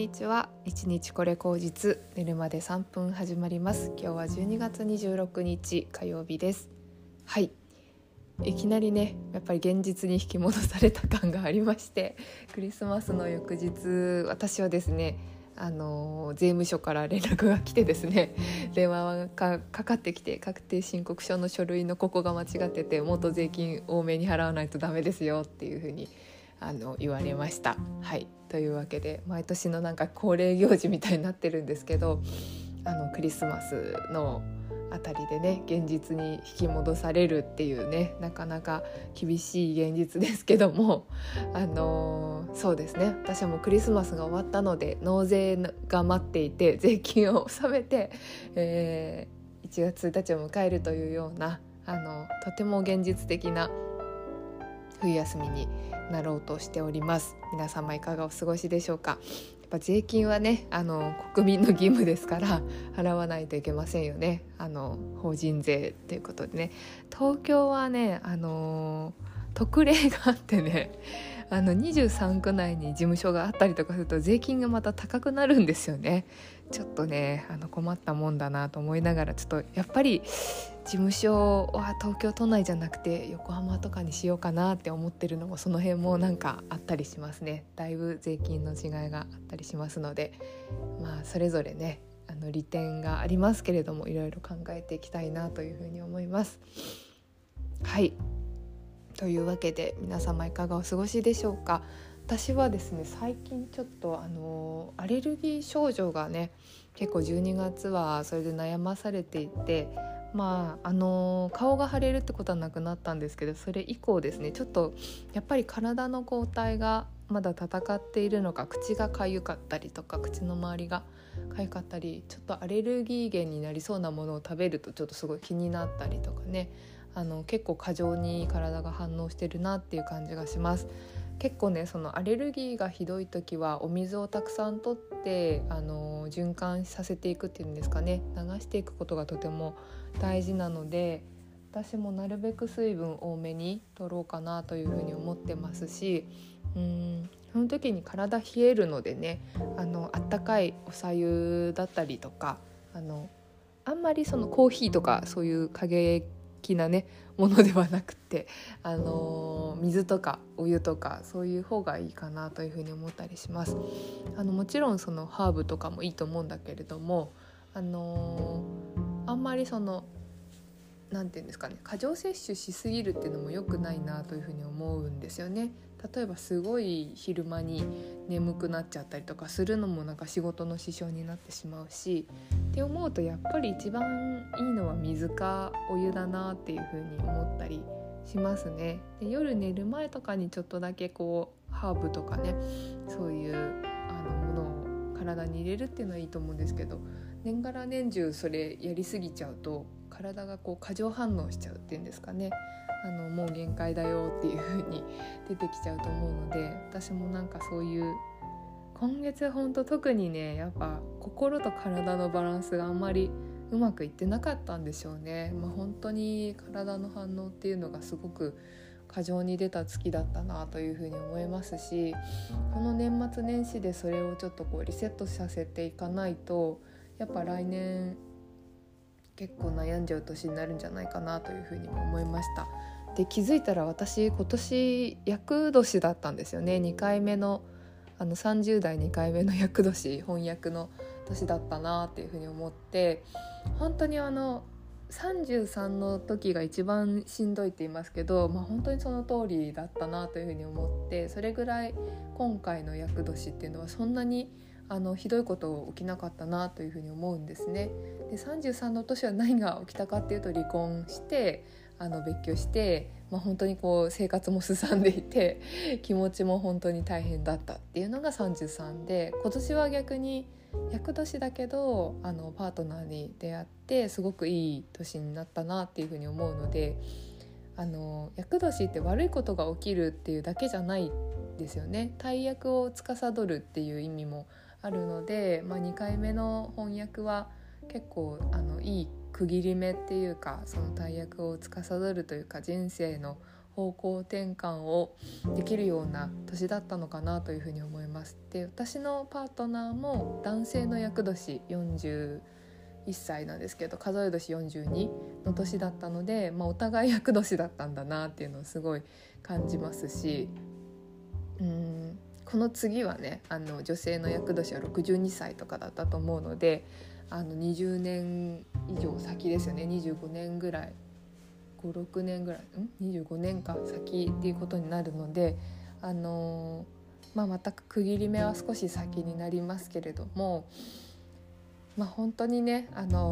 にちは。一日これ口実、寝るまで3分始まります。今日は12月26日火曜日です。はい、いきなりねやっぱり現実に引き戻された感がありまして、クリスマスの翌日、私はですね税務署から連絡が来てですね、電話がかかってきて、確定申告書の書類のここが間違ってて、もっと税金多めに払わないとダメですよっていう風に言われました。はい、というわけで毎年のなんか恒例行事みたいになってるんですけど、クリスマスのあたりでね現実に引き戻されるっていうね、なかなか厳しい現実ですけども、そうですね、私はもうクリスマスが終わったので納税が待っていて、税金を納めて、1月1日を迎えるというようなとても現実的な冬休みになろうとしております。皆様いかがお過ごしでしょうか。やっぱ税金はね国民の義務ですから払わないといけませんよね。法人税ということでね、東京はね特例があってね、23区内に事務所があったりとかすると税金がまた高くなるんですよね。ちょっとね困ったもんだなと思いながら、ちょっとやっぱり事務所は東京都内じゃなくて横浜とかにしようかなって思ってるのも、その辺もなんかあったりしますね。だいぶ税金の違いがあったりしますので、それぞれね利点がありますけれども、いろいろ考えていきたいなというふうに思います。はい、というわけで皆様いかがお過ごしでしょうか。私はですね最近ちょっとアレルギー症状がね結構12月はそれで悩まされていて、顔が腫れるってことはなくなったんですけど、それ以降ですねちょっとやっぱり体の抗体がまだ戦っているのか、口がかゆかったりとか、口の周りがかゆかったり、ちょっとアレルギー源になりそうなものを食べるとちょっとすごい気になったりとかね、結構過剰に体が反応してるなっていう感じがします。結構ねそのアレルギーがひどい時はお水をたくさんとって循環させていくっていうんですかね、流していくことがとても大事なので、私もなるべく水分多めに取ろうかなというふうに思ってますし、その時に体冷えるのでねあったかいお白湯だったりとか、あんまりそのコーヒーとかそういう過激なねものではなくて、水とかお湯とかそういう方がいいかなというふうに思ったりします。もちろんそのハーブとかもいいと思うんだけれども、あんまりそのなんていうんですかね、過剰摂取しすぎるっていうのも良くないなというふうに思うんですよね。例えばすごい昼間に眠くなっちゃったりとかするのもなんか仕事の支障になってしまうしって思うと、やっぱり一番いいのは水かお湯だなっていうふうに思ったりしますね。で夜寝る前とかにちょっとだけこうハーブとかね、そういうものを体に入れるっていうのはいいと思うんですけど、年がら年中それやりすぎちゃうと体がこう過剰反応しちゃうっていうんですかね、もう限界だよっていう風に出てきちゃうと思うので、私もなんかそういう今月ほんと特にねやっぱ心と体のバランスがあんまりうまくいってなかったんでしょうね。本当に体の反応っていうのがすごく過剰に出た月だったなというふうに思いますし、この年末年始でそれをちょっとこうリセットさせていかないと、やっぱ来年結構悩んじゃう年になるんじゃないかなというふうにも思いました。で気づいたら私今年厄年だったんですよね。2回目の30代2回目の厄年、翻訳の年だったなっていうふうに思って、本当に33の時が一番しんどいって言いますけど、本当にその通りだったなというふうに思って、それぐらい今回の厄年っていうのはそんなにひどいこと起きなかったなというふうに思うんですね。で33の年は何が起きたかっていうと、離婚して別居して、本当にこう生活もすさんでいて気持ちも本当に大変だったっていうのが33で、今年は逆に厄年だけどパートナーに出会ってすごくいい年になったなっていうふうに思うので、厄年って悪いことが起きるっていうだけじゃないですよね。大役を司るっていう意味もあるので、2回目の翻訳は結構いい区切り目っていうか、その大役を司るというか人生の方向転換をできるような年だったのかなというふうに思います。で、私のパートナーも男性の厄年41歳なんですけど、数え年42の年だったので、お互い厄年だったんだなっていうのをすごい感じますし、この次はね、女性の厄年は62歳とかだったと思うので、20年以上先ですよね。25年ぐらい、5、6年ぐらい、25年か先っていうことになるので、また区切り目は少し先になりますけれども、本当にね、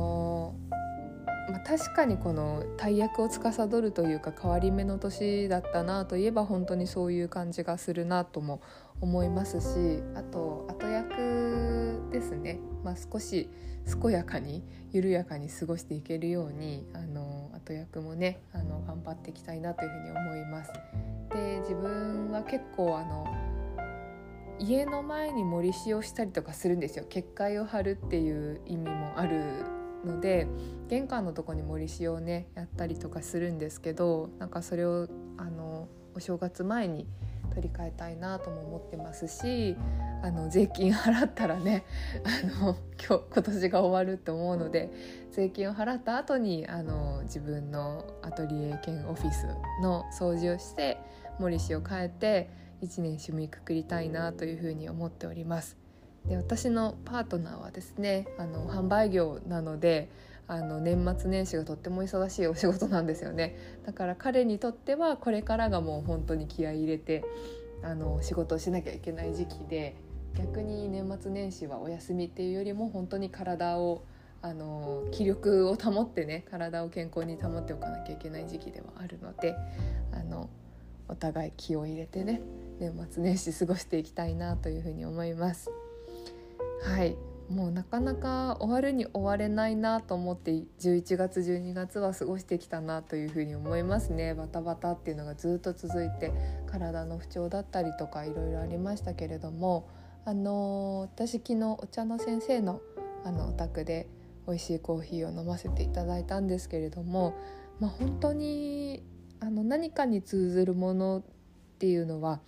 確かにこの大役を司るというか変わり目の年だったなといえば本当にそういう感じがするなとも思いますし、あと後役ですね、少し健やかに緩やかに過ごしていけるように後役もね頑張っていきたいなというふうに思います。で、自分は結構家の前に盛り塩したりとかするんですよ。結界を張るっていう意味もあるので、玄関のとこに盛り塩をねやったりとかするんですけど、それをお正月前に取り替えたいなとも思ってますし、税金払ったらね今年が終わるって思うので、税金を払った後に自分のアトリエ兼オフィスの掃除をして盛り塩変えて1年締めくくりたいなというふうに思っております。で、私のパートナーはですね販売業なので年末年始がとっても忙しいお仕事なんですよね。だから彼にとってはこれからがもう本当に気合い入れて仕事をしなきゃいけない時期で、逆に年末年始はお休みっていうよりも本当に体を気力を保ってね、体を健康に保っておかなきゃいけない時期ではあるので、お互い気を入れてね年末年始過ごしていきたいなというふうに思います。はい、もうなかなか終わるに終われないなと思って11月12月は過ごしてきたなというふうに思いますね。バタバタっていうのがずっと続いて、体の不調だったりとかいろいろありましたけれども、私昨日お茶の先生のお宅で美味しいコーヒーを飲ませていただいたんですけれども、本当に何かに通ずるものっていうのは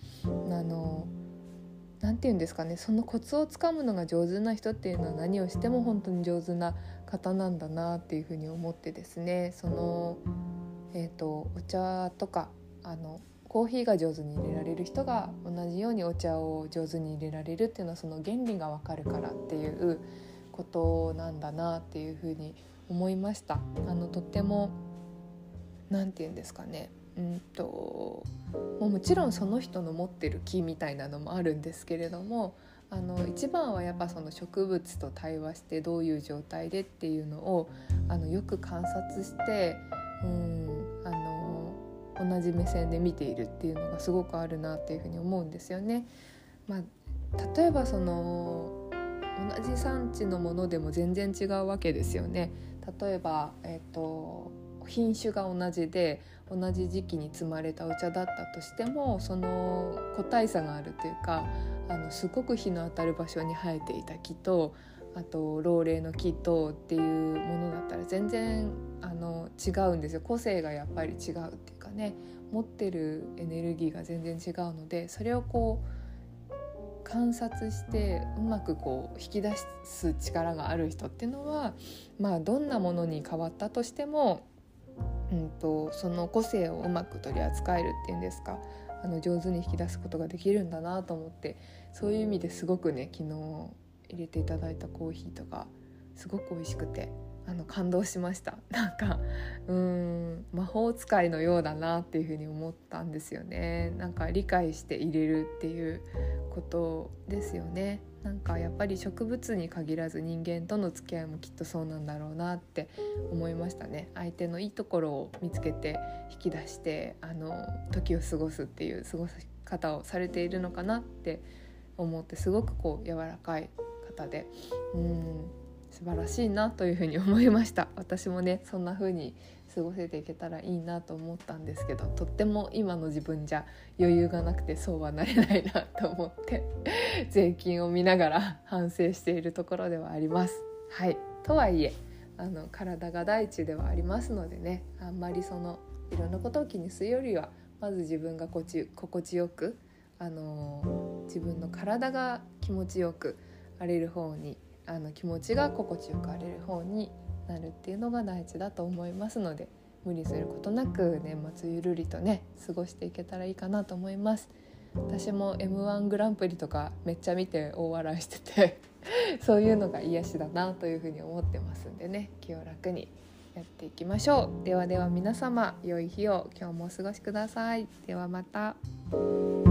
なんていうんですかね、そのコツをつかむのが上手な人っていうのは何をしても本当に上手な方なんだなっていうふうに思ってですね、お茶とかコーヒーが上手に入れられる人が同じようにお茶を上手に入れられるっていうのはその原理がわかるからっていうことなんだなっていうふうに思いました。とってもなんていうんですかね、もちろんその人の持ってる気みたいなのもあるんですけれども、一番はやっぱその植物と対話してどういう状態でっていうのをよく観察して同じ目線で見ているっていうのがすごくあるなっていうふうに思うんですよね。例えば同じ産地のものでも全然違うわけですよね。例えば、品種が同じで同じ時期に摘まれたお茶だったとしても、その個体差があるというかすごく日の当たる場所に生えていた木と、あと老齢の木とっていうものだったら全然違うんですよ。個性がやっぱり違うっていうかね、持ってるエネルギーが全然違うので、それを観察してうまく引き出す力がある人っていうのは、どんなものに変わったとしてもその個性をうまく取り扱えるっていうんですか、上手に引き出すことができるんだなと思って、そういう意味ですごくね、昨日入れていただいたコーヒーとかすごく美味しくて感動しました。なんか魔法使いのようだなっていうふうに思ったんですよね。なんか理解して入れるっていうことですよね。なんかやっぱり植物に限らず人間との付き合いもきっとそうなんだろうなって思いましたね。相手のいいところを見つけて引き出して時を過ごすっていう過ごし方をされているのかなって思って、すごく柔らかい方で素晴らしいなというふうに思いました。私もねそんな風に過ごせていけたらいいなと思ったんですけど、とっても今の自分じゃ余裕がなくてそうはなれないなと思って税金を見ながら反省しているところではあります。はい、とはいえ体が第一ではありますのでね、あんまりいろんなことを気にするよりはまず自分が心地よく、自分の体が気持ちよく荒れる方に、気持ちが心地よく荒れる方になるっていうのが大事だと思いますので、無理することなく年末ゆるりとね過ごしていけたらいいかなと思います。私も M1 グランプリとかめっちゃ見て大笑いしててそういうのが癒しだなというふうに思ってますんでね、気を楽にやっていきましょう。ではでは皆様、良い日を今日もお過ごしください。ではまた。